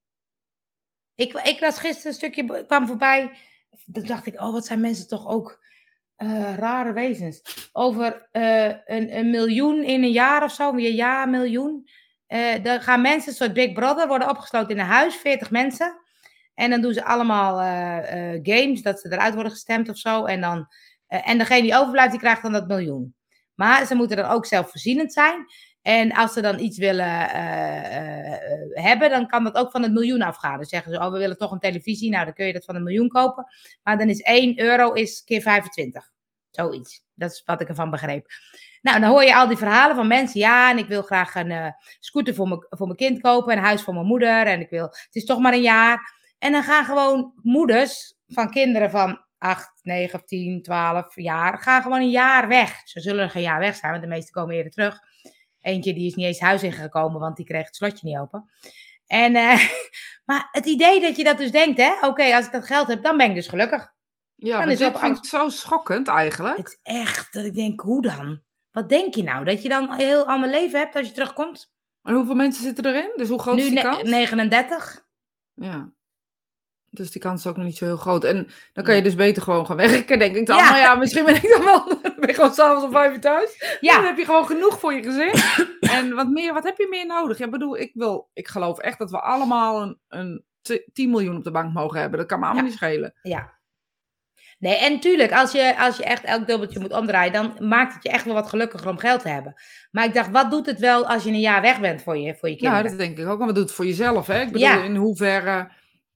Ik las gisteren een stukje, kwam voorbij. Toen dacht ik, wat zijn mensen toch ook rare wezens. Over een miljoen in een jaar of zo. Een miljoen. Dan gaan mensen, een soort Big Brother, worden opgesloten in een huis. 40 mensen. En dan doen ze allemaal games, dat ze eruit worden gestemd of zo. En degene die overblijft, die krijgt dan dat miljoen. Maar ze moeten dan ook zelfvoorzienend zijn. En als ze dan iets willen hebben, dan kan dat ook van het miljoen afgaan. Dus zeggen ze, we willen toch een televisie. Nou, dan kun je dat van een miljoen kopen. Maar dan is 1 euro keer 25. Zoiets. Dat is wat ik ervan begreep. Nou, dan hoor je al die verhalen van mensen. Ja, en ik wil graag een scooter voor mijn kind kopen. En een huis voor mijn moeder. En het is toch maar een jaar. En dan gaan gewoon moeders van kinderen van 8, 9 of 10, 12 jaar, gaan gewoon een jaar weg. Ze zullen er geen jaar weg zijn, want de meesten komen eerder terug. Eentje die is niet eens huis ingekomen, want die kreeg het slotje niet open. Maar het idee dat je dat dus denkt, oké, als ik dat geld heb, dan ben ik dus gelukkig. Ja, maar dit vind ik zo schokkend eigenlijk. Het is echt dat ik denk, hoe dan? Wat denk je nou? Dat je dan een heel ander leven hebt als je terugkomt? En hoeveel mensen zitten erin? Dus hoe groot is die kans? 39. Ja. Dus die kans is ook nog niet zo heel groot. En dan kan je dus beter gewoon gaan werken, denk ik dan. Ja. Maar ja, misschien ben ik dan wel... ben je gewoon s'avonds om 5 uur thuis. Ja. Dan heb je gewoon genoeg voor je gezin. En wat heb je meer nodig? Ja, bedoel, ik geloof echt dat we allemaal een 10 miljoen op de bank mogen hebben. Dat kan me allemaal niet schelen. Ja. Nee, en natuurlijk, als je echt elk dubbeltje moet omdraaien, dan maakt het je echt wel wat gelukkiger om geld te hebben. Maar ik dacht, wat doet het wel als je een jaar weg bent voor je kinderen? Ja, dat denk ik ook. En wat doet het voor jezelf, hè? Ik bedoel, in hoeverre...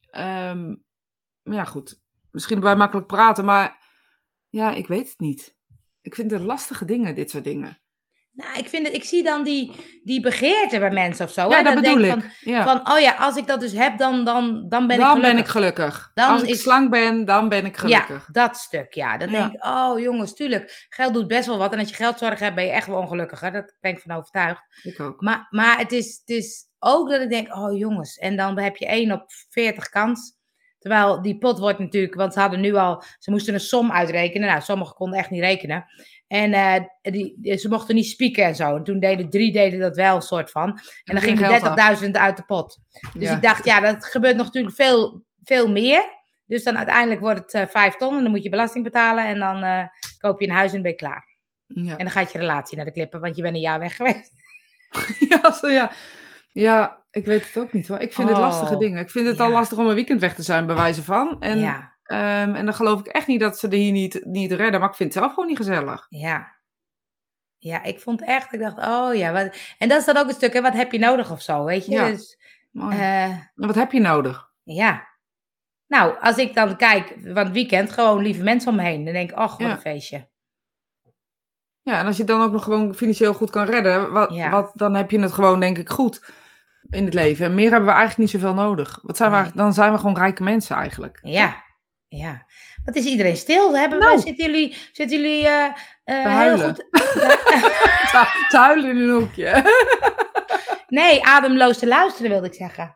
ja, goed. Misschien wij makkelijk praten, maar ja, ik weet het niet. Ik vind het lastige dingen, dit soort dingen. Nou, ik zie dan die begeerte bij mensen of zo. Ja, hè? dat bedoel ik. Van, als ik dat dus heb, dan ben ik gelukkig. Dan ben ik gelukkig. Als ik slank ben, dan ben ik gelukkig. Ja, dat stuk, ja. Dan denk ik, jongens, tuurlijk, geld doet best wel wat. En als je geldzorg hebt, ben je echt wel ongelukkig. Hè? Daar ben ik van overtuigd. Ik ook. Maar het is ook dat ik denk, jongens. En dan heb je 1 op 40 kans. Terwijl die pot wordt natuurlijk, want ze moesten een som uitrekenen. Nou, sommigen konden echt niet rekenen. En ze mochten niet spieken en zo. En toen deden 3 dat wel een soort van. En dan ging er 30.000 uit de pot. Dus ik dacht, dat gebeurt nog natuurlijk veel, veel meer. Dus dan uiteindelijk wordt het 5 ton en dan moet je belasting betalen. En dan koop je een huis en ben je klaar. Ja. En dan gaat je relatie naar de klippen, want je bent een jaar weg geweest. Ja, ik weet het ook niet hoor. Ik vind het lastige dingen. Ik vind het al lastig om een weekend weg te zijn, bij wijze van. En dan geloof ik echt niet dat ze er hier niet redden. Maar ik vind het zelf gewoon niet gezellig. Ja, ik vond echt, ik dacht, wat... En dat is dan ook een stuk, hè, wat heb je nodig of zo, weet je? Ja, dus, wat heb je nodig? Ja. Nou, als ik dan kijk, van het weekend, gewoon lieve mensen om me heen. Dan denk ik, wat een feestje. Ja, en als je dan ook nog gewoon financieel goed kan redden, dan heb je het gewoon, denk ik, goed in het leven. En meer hebben we eigenlijk niet zoveel nodig. Dan zijn we gewoon rijke mensen eigenlijk. Ja. Wat is iedereen stil? Zitten jullie heel goed... te huilen in een hoekje. Nee, ademloos te luisteren wilde ik zeggen.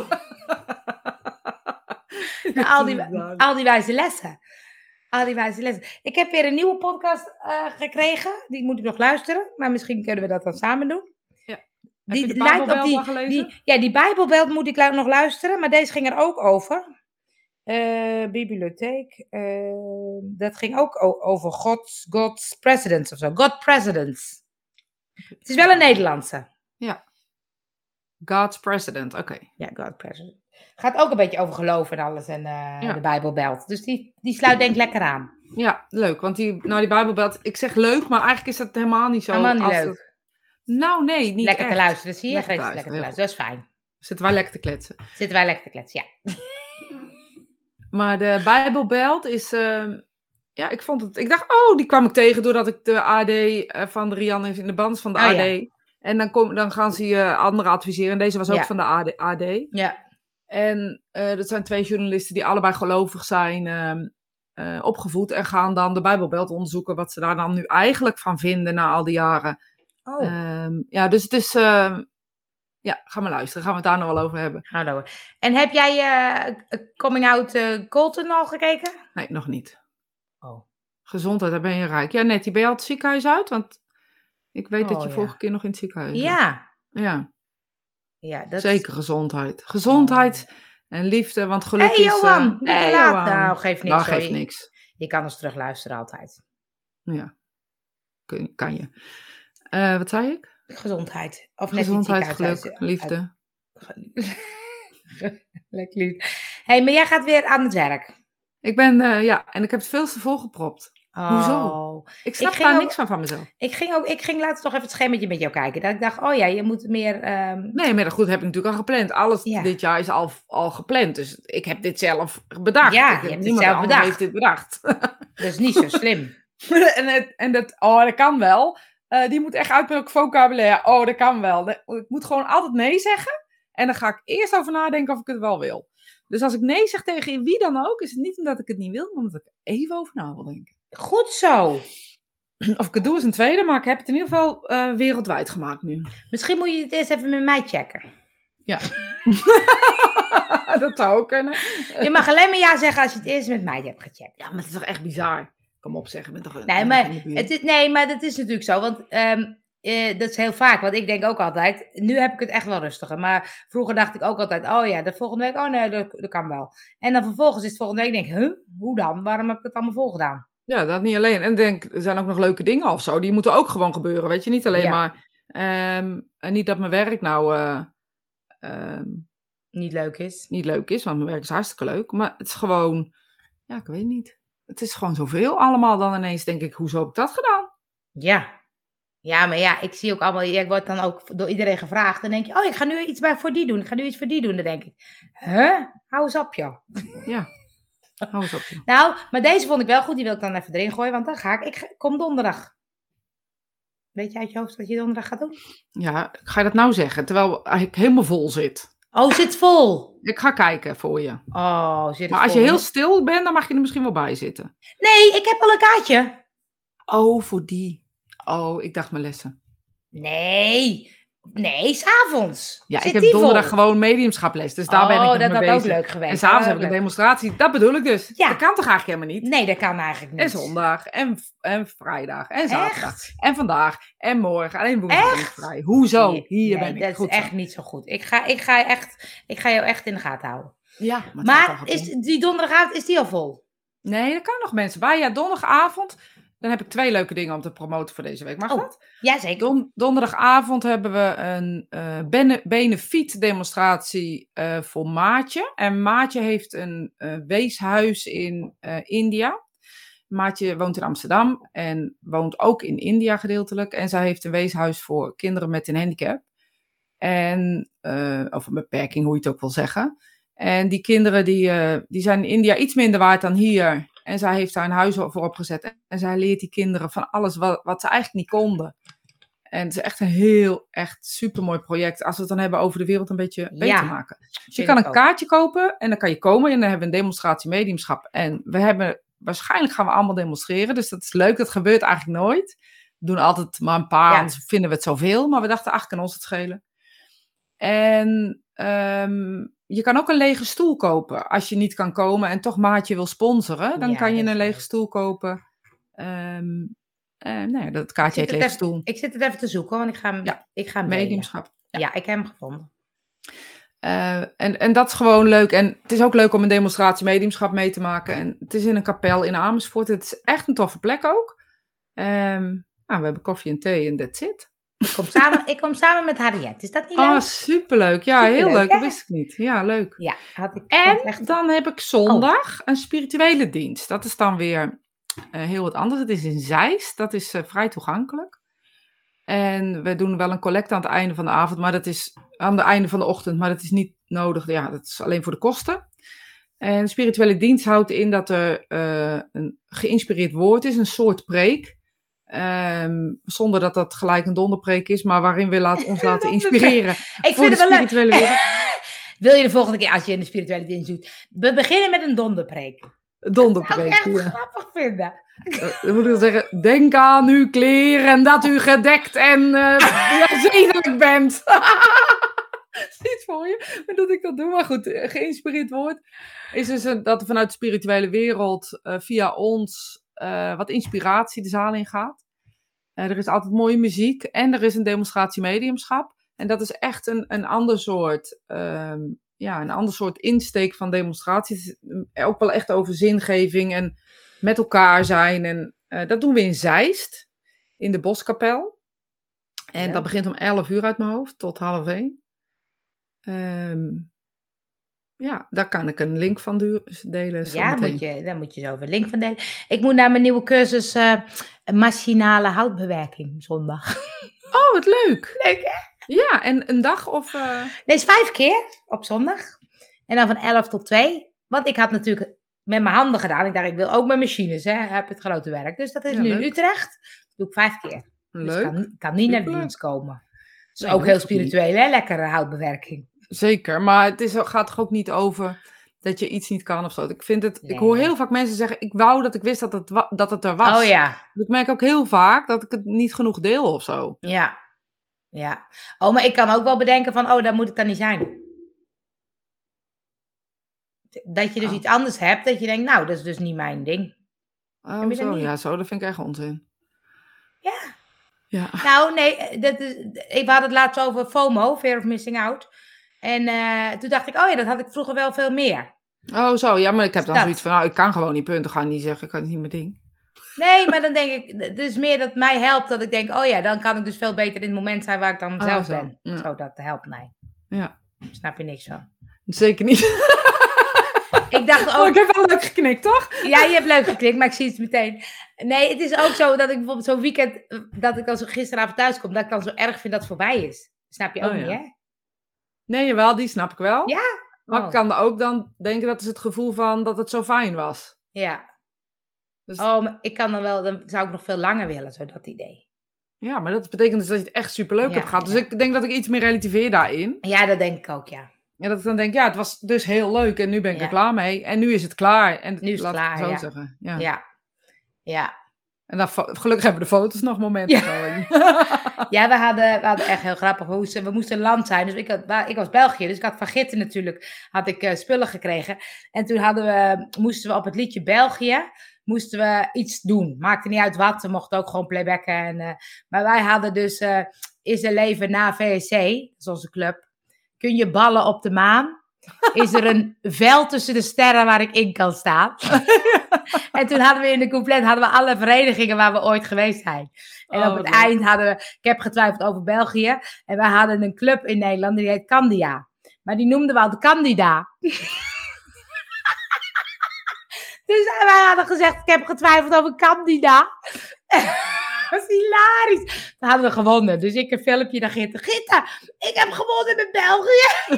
Al die wijze lessen. Ik heb weer een nieuwe podcast gekregen. Die moet ik nog luisteren. Maar misschien kunnen we dat dan samen doen. Ja. Heb je de Bijbelbelt al gelezen? Die Bijbelbelt moet ik nog luisteren. Maar deze ging er ook over. Bibliotheek. Dat ging ook over God's Presidents of zo. God Presidents. Het is wel een Nederlandse. Ja. God's President, oké. Ja, God President. Gaat ook een beetje over geloof en alles en de Bijbelbelt. Dus die sluit denk ik lekker aan. Ja, leuk. Want die Bijbelbelt, ik zeg leuk, maar eigenlijk is dat helemaal niet zo. Helemaal niet leuk. Nou, nee, niet Lekker echt. te luisteren, zie je? Lekker te Lekker te luisteren, luisteren, dat is fijn. Zitten wij lekker te kletsen. Zitten wij lekker te kletsen, ja. Maar de Bijbelbelt is... ja, ik dacht, die kwam ik tegen doordat ik de AD van de Rianne in de band van de AD. Ja. En dan gaan ze je anderen adviseren. En deze was ook van de AD. Ja. En dat zijn 2 journalisten die allebei gelovig zijn opgevoed. En gaan dan de Bijbelbelt onderzoeken wat ze daar dan nu eigenlijk van vinden na al die jaren. Ja, dus het is... ja, ga maar luisteren. Gaan we het daar nog wel over hebben. Hallo. En heb jij Coming Out Colton al gekeken? Nee, nog niet. Oh. Gezondheid, daar ben je rijk. Ja, Nettie, ben je al het ziekenhuis uit? Want ik weet dat je vorige keer nog in het ziekenhuis was. Ja. Ja, dat zeker gezondheid. Gezondheid en liefde, want geluk is... Johan, Johan. Nou, geeft niks. Nou, geeft niks. Je kan ons terugluisteren altijd. Ja, kan je. Wat zei ik? Gezondheid. Of net gezondheid, geluk, liefde. Lekker lief. Hey, maar jij gaat weer aan het werk. Ik ben, en ik heb het veel te volgepropt. Hoezo? Ik snap daar niks van mezelf. Ik ging laatst nog even het schemaatje met jou kijken. Dat ik dacht, je moet meer... Nee, maar goed, heb ik natuurlijk al gepland. Alles dit jaar is al gepland. Dus ik heb dit zelf bedacht. Ja, je hebt het zelf bedacht. Heeft dit bedacht. Dat is niet zo slim. Dat kan wel. Die moet echt uit met vocabulaire. Dat kan wel. Ik moet gewoon altijd nee zeggen. En dan ga ik eerst over nadenken of ik het wel wil. Dus als ik nee zeg tegen wie dan ook, is het niet omdat ik het niet wil, maar omdat ik er even over na wil denken. Goed zo. Of ik het doe is een tweede, maar ik heb het in ieder geval wereldwijd gemaakt nu. Misschien moet je het eerst even met mij checken. Ja. Dat zou ook kunnen. Je mag alleen maar ja zeggen als je het eerst met mij hebt gecheckt. Ja, maar het is toch echt bizar. Kom op zeggen. Nee, maar dat is natuurlijk zo, want dat is heel vaak. Want ik denk ook altijd, nu heb ik het echt wel rustiger. Maar vroeger dacht ik ook altijd, de volgende week, nee, dat kan wel. En dan vervolgens is het volgende week, denk ik, hoe dan? Waarom heb ik het allemaal volgedaan? Ja, dat niet alleen. En denk, er zijn ook nog leuke dingen of zo. Die moeten ook gewoon gebeuren, weet je. Niet alleen maar... en niet dat mijn werk niet leuk is. Niet leuk is, want mijn werk is hartstikke leuk. Maar het is gewoon... Ja, ik weet niet. Het is gewoon zoveel allemaal. Dan ineens denk ik, hoezo heb ik dat gedaan? Ja. Ja, maar ik zie ook allemaal... Ik word dan ook door iedereen gevraagd. Dan denk je, ik ga nu iets voor die doen. Ik ga nu iets voor die doen. Dan denk ik, hou eens op, joh. Ja. Hou eens op. Nou, maar deze vond ik wel goed. Die wil ik dan even erin gooien, want dan ga ik. Ik kom donderdag. Weet je uit je hoofd wat je donderdag gaat doen? Ja, ga je dat nou zeggen? Terwijl ik helemaal vol zit. Oh, zit vol? Ik ga kijken voor je. Oh, zit maar als je heel stil bent, dan mag je er misschien wel bij zitten. Nee, ik heb al een kaartje. Oh, voor die. Oh, ik dacht mijn lessen. Nee, 's avonds. Ja, ik heb donderdag gewoon mediumschaples, dus daar ben ik nog mee bezig. Dat had ook leuk geweest. En 's avonds heb ik een demonstratie, dat bedoel ik dus. Ja. Dat kan toch eigenlijk helemaal niet? Nee, dat kan eigenlijk niet. En zondag, en vrijdag, en zaterdag, en vandaag, en morgen, en woensdag ben ik vrij. Hoezo? Hier ben ik. Dat is echt niet zo goed. Ik ga jou echt in de gaten houden. Ja, maar is die donderdagavond, is die al vol? Nee, er kan nog mensen bij. Ja, donderdagavond... Dan heb ik 2 leuke dingen om te promoten voor deze week. Mag dat? Ja, zeker. Donderdagavond hebben we een benefiet demonstratie voor Maatje. En Maatje heeft een weeshuis in India. Maatje woont in Amsterdam en woont ook in India gedeeltelijk. En zij heeft een weeshuis voor kinderen met een handicap. Of een beperking, hoe je het ook wil zeggen. En die kinderen die zijn in India iets minder waard dan hier. En zij heeft daar een huis voor opgezet. En zij leert die kinderen van alles wat ze eigenlijk niet konden. En het is echt een echt supermooi project. Als we het dan hebben over de wereld een beetje beter maken. Dus je kan een kaartje kopen en dan kan je komen. En dan hebben we een demonstratie mediumschap. En waarschijnlijk gaan we allemaal demonstreren. Dus dat is leuk, dat gebeurt eigenlijk nooit. We doen altijd maar een paar, anders vinden we het zoveel. Maar we dachten, kan ons het schelen. En je kan ook een lege stoel kopen. Als je niet kan komen en toch Maatje wil sponsoren, dan kan je een lege stoel kopen. Dat kaartje heet lege stoel. Ik zit het even te zoeken, want ik ga mediumschap. Ja, ik heb hem gevonden. En dat is gewoon leuk. En het is ook leuk om een demonstratie mediumschap mee te maken. En het is in een kapel in Amersfoort. Het is echt een toffe plek ook. We hebben koffie en thee en that's it. Ik kom samen met Harriet. Is dat niet leuk? Oh, superleuk. Ja, heel leuk. Dat wist ik niet. Ja, leuk. Ja, dan heb ik zondag een spirituele dienst. Dat is dan weer heel wat anders. Het is in Zeist. Dat is vrij toegankelijk. En we doen wel een collecte aan het einde van de avond, maar dat is aan het einde van de ochtend, maar dat is niet nodig. Ja, dat is alleen voor de kosten. En de spirituele dienst houdt in dat er een geïnspireerd woord is, een soort preek. Zonder dat dat gelijk een donderpreek is, maar waarin we ons laten inspireren. Ik vind het wel leuk. Wil je de volgende keer, als je in de spirituele dienst doet, we beginnen met een donderpreek. Donderpreek, dat zou ik echt grappig vinden. Dan moet ik zeggen, denk aan uw kleren en dat u gedekt en zedelijk bent. Ziet voor je, maar dat ik dat doe. Maar goed, geïnspireerd woord is dus dat er vanuit de spirituele wereld via ons wat inspiratie de zaal in gaat. Er is altijd mooie muziek en er is een demonstratie mediumschap. En dat is echt een ander soort, een ander soort insteek van demonstraties. Ook wel echt over zingeving en met elkaar zijn. En dat doen we in Zeist, in de Boskapel. En dat begint om 11 uur uit mijn hoofd tot 12:30. Daar kan ik een link van delen. Ja, daar moet je zo een link van delen. Ik moet naar mijn nieuwe cursus machinale houtbewerking zondag. Oh, wat leuk. Leuk, hè? Ja, en een dag of... Nee, is 5 keer op zondag. En dan van 11 tot 2. Want ik had natuurlijk met mijn handen gedaan. Ik dacht, ik wil ook met machines, hè. Ik heb het grote werk. Dus dat is nu in Utrecht. Dat doe ik 5 keer. Leuk. Dus ik kan niet naar de dienst komen. Dat is ook heel spiritueel, hè. Lekkere houtbewerking. Zeker, maar gaat toch ook niet over dat je iets niet kan of zo. Ik hoor heel vaak mensen zeggen, ik wou dat ik wist dat het er was. Oh ja. Ik merk ook heel vaak dat ik het niet genoeg deel of zo. Ja. Ja. Oh, maar ik kan ook wel bedenken van, daar moet ik dan niet zijn. Dat je dus iets anders hebt, dat je denkt, nou, dat is dus niet mijn ding. Oh, zo, ja, zo, dat vind ik echt onzin. Ja. Ja. Nou, nee, we hadden het laatst over FOMO, Fear of Missing Out. En toen dacht ik, dat had ik vroeger wel veel meer. Oh, zo, ja, maar ik heb dan zoiets van, ik kan gewoon niet, punt. Ik ga niet zeggen, ik kan niet mijn ding. Nee, maar dan denk ik, het is meer dat mij helpt dat ik denk, dan kan ik dus veel beter in het moment zijn waar ik dan zelf ben. Ja. Zo, dat helpt mij. Ja. Snap je niks van? Zeker niet. Ik dacht ook... ik heb wel leuk geknikt, toch? Ja, je hebt leuk geknikt, maar ik zie het meteen. Nee, het is ook zo dat ik bijvoorbeeld zo'n weekend, dat ik dan zo gisteravond thuis kom, dat ik dan zo erg vind dat het voorbij is. Snap je ook niet, hè? Nee, jawel, die snap ik wel. Ja? Maar ik kan ook dan denken, dat is het gevoel van dat het zo fijn was. Ja. Dus... maar ik kan dan zou ik nog veel langer willen, zo dat idee. Ja, maar dat betekent dus dat je het echt superleuk hebt gehad. Dus ik denk dat ik iets meer relativeer daarin. Ja, dat denk ik ook, ja. Ja, dat ik dan denk, het was dus heel leuk en nu ben ik er klaar mee. En nu is het klaar. En nu is het klaar, zo zeggen. Ja. En dan, gelukkig hebben de foto's nog momenten. Ja, we hadden echt heel grappig. We moesten land zijn. Dus ik was België. Dus ik had van Gitten natuurlijk spullen gekregen. En toen moesten we op het liedje België iets doen. Maakte niet uit wat. We mochten ook gewoon playbacken. Maar wij hadden dus Is er leven na VSC? Dat is onze club. Kun je ballen op de maan? Is er een veld tussen de sterren waar ik in kan staan? En toen hadden we in de couplet alle verenigingen waar we ooit geweest zijn. En op het eind ik heb getwijfeld over België. En we hadden een club in Nederland, die heet Candia. Maar die noemden we al de Candida. Dus wij hadden gezegd, ik heb getwijfeld over Candida. Dat was hilarisch. Dan hadden we gewonnen. Dus ik een filmpje naar Gitte. Gitte, ik heb gewonnen met België.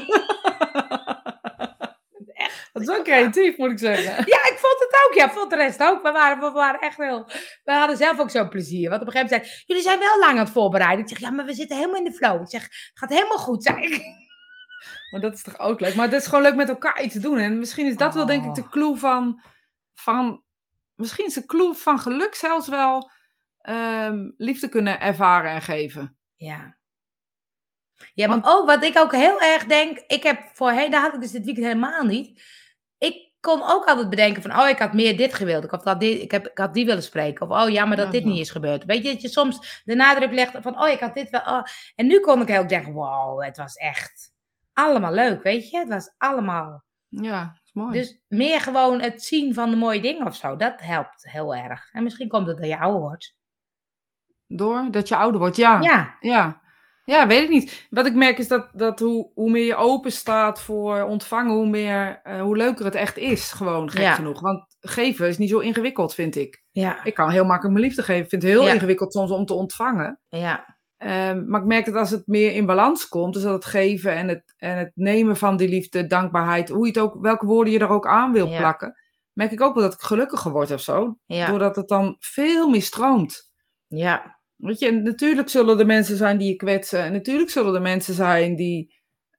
Dat is wel creatief, moet ik zeggen. Ja, ik vond het ook. Ja, ik vond de rest ook. We waren echt wel... We hadden zelf ook zo'n plezier. Want op een gegeven moment zei jullie zijn wel lang aan het voorbereiden. Ik zeg, ja, maar we zitten helemaal in de flow. Ik zeg, het gaat helemaal goed zijn. Maar dat is toch ook leuk. Maar het is gewoon leuk met elkaar iets te doen. En misschien is dat wel, denk ik, de clue van... Misschien is de clue van geluk zelfs wel... liefde kunnen ervaren en geven. Ja. Ja, maar ook wat ik ook heel erg denk... daar had ik dus dit weekend helemaal niet... Ik kon ook altijd bedenken van... ik had meer dit gewild. Ik had die willen spreken. Of maar dat dit niet is gebeurd. Weet je, dat je soms de nadruk legt van... ik had dit wel... En nu kon ik heel denken... Wow, het was echt allemaal leuk, weet je. Het was allemaal... Ja, dat is mooi. Dus meer gewoon het zien van de mooie dingen of zo. Dat helpt heel erg. En misschien komt het dat je ouder wordt. Doordat je ouder wordt, ja. Ja, weet ik niet. Wat ik merk is dat hoe meer je open staat voor ontvangen, hoe leuker het echt is. Gewoon gek genoeg. Want geven is niet zo ingewikkeld, vind ik. Ja. Ik kan heel makkelijk mijn liefde geven. Ik vind het heel ingewikkeld soms om te ontvangen. Ja. Maar ik merk dat als het meer in balans komt, dus dat het geven en het nemen van die liefde, dankbaarheid, hoe je het ook, welke woorden je er ook aan wil Ja. plakken, merk ik ook wel dat ik gelukkiger word of zo. Ja. Doordat het dan veel meer stroomt. Ja. Weet je, en natuurlijk zullen er mensen zijn die je kwetsen. En natuurlijk zullen er mensen zijn die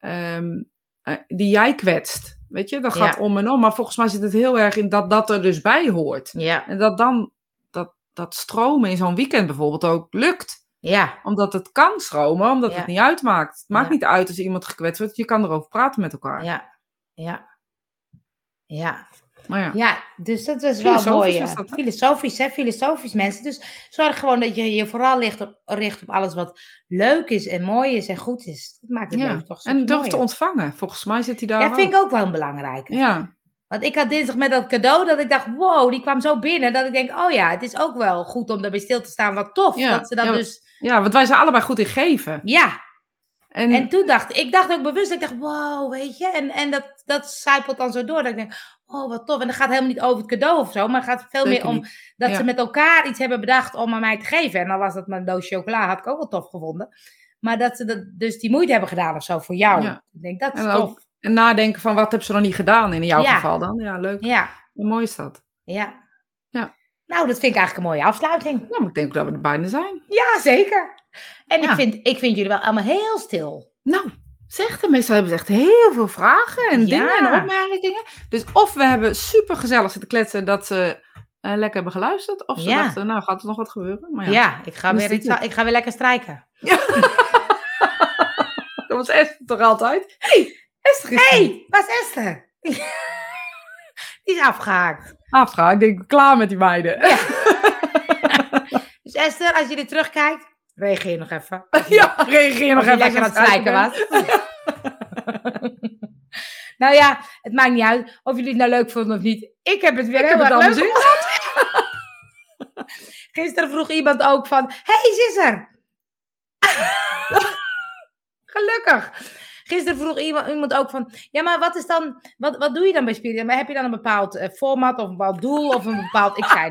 jij kwetst. Weet je, dat gaat om en om. Maar volgens mij zit het heel erg in dat er dus bij hoort. Ja. En dat dan dat stromen in zo'n weekend bijvoorbeeld ook lukt. Ja. Omdat het kan stromen, omdat het niet uitmaakt. Het maakt Ja. niet uit als iemand gekwetst wordt. Je kan erover praten met elkaar. Ja. Ja. Ja. Maar ja. Ja, dus dat was wel mooi. was dat, hè? Filosofisch, hè? Filosofisch mensen. Dus zorg gewoon dat je je vooral richt op alles wat leuk is en mooi is en goed is. Dat maakt het leven toch zo En durf mooier. te ontvangen. Volgens mij zit hij daar Ja, vind ik ook wel een belangrijke. Ja. Want ik had dinsdag met dat cadeau dat ik dacht, wow, die kwam zo binnen. Dat ik denk, oh ja, het is ook wel goed om daarbij stil te staan. Wat tof. Ja. Dat ze dat dus... Ja, want wij zijn allebei goed in geven. Ja. En toen dacht ik ook bewust, ik dacht, wow, weet je. En dat zijpelt dan zo door. Dat ik denk, oh, wat tof. En dat gaat helemaal niet over het cadeau of zo. Maar het gaat veel Zeker meer om niet. dat ze met elkaar iets hebben bedacht om aan mij te geven. En dan was dat mijn doos chocola, had ik ook wel tof gevonden. Maar dat ze dus die moeite hebben gedaan of zo voor jou. Ja. Ik denk, dat is en tof. en nadenken van wat hebben ze nog niet gedaan in jouw geval dan. Ja, leuk. Ja. Hoe mooi is dat? Ja. Ja. Nou, dat vind ik eigenlijk een mooie afsluiting. Nou, maar ik denk ook dat we er bijna zijn. Ja, zeker. En ik vind jullie wel allemaal heel stil. Nou, zeg de meestal hebben ze echt heel veel vragen en dingen en opmerkingen. Dus of we hebben super gezellig zitten kletsen dat ze lekker hebben geluisterd. Of ze dachten, nou gaat er nog wat gebeuren. Maar ja, ik ga weer lekker strijken. Ja. Dat was Esther toch altijd? Esther is waar is Esther? Die is afgehaakt. Afgehaakt, ik denk klaar met die meiden. Ja. Dus Esther, als je dit terugkijkt, reageer nog even. Ja, reageer nog even. Lekker aan het strijken was. Nou ja, het maakt niet uit of jullie het nou leuk vonden of niet. Ik heb het weer heel erg leuk gehad. Gisteren vroeg iemand ook van, hey, ze is er. Gelukkig. Gisteren vroeg iemand ook van, ja, maar wat is dan, wat doe je dan bij Spirit? Maar heb je dan een bepaald format of een bepaald doel of een bepaald... Ik zei,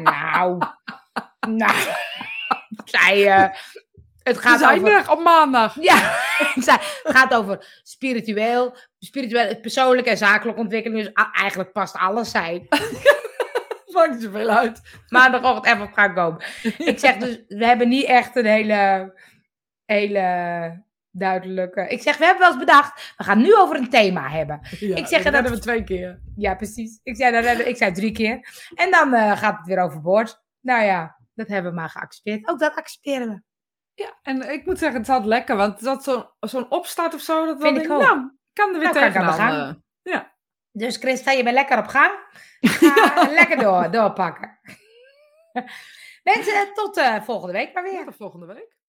ik zei, het gaat over... op maandag. Ja, ik zei, het gaat over spiritueel, persoonlijke en zakelijke ontwikkeling. Dus eigenlijk past alles zijn. Maakt niet zoveel uit. Maandagochtend even op gaan komen. Ik zeg dus, we hebben niet echt een hele duidelijke... Ik zeg, we hebben wel eens bedacht, we gaan nu over een thema hebben. Ja, ik zeg, dat hebben we 2 keer. Ja, precies. Ik zei 3 keer. En dan gaat het weer overboord. Nou ja, dat hebben we maar geaccepteerd. Ook dat accepteren we. Ja, en ik moet zeggen, het zat lekker. Want dat zo'n opstart of zo, dat vind ik ook. Nou, kan er weer tegenaan. Ja. Dus Christa, je bent lekker op gang. Ga lekker doorpakken. Mensen, tot volgende week maar weer. Tot volgende week.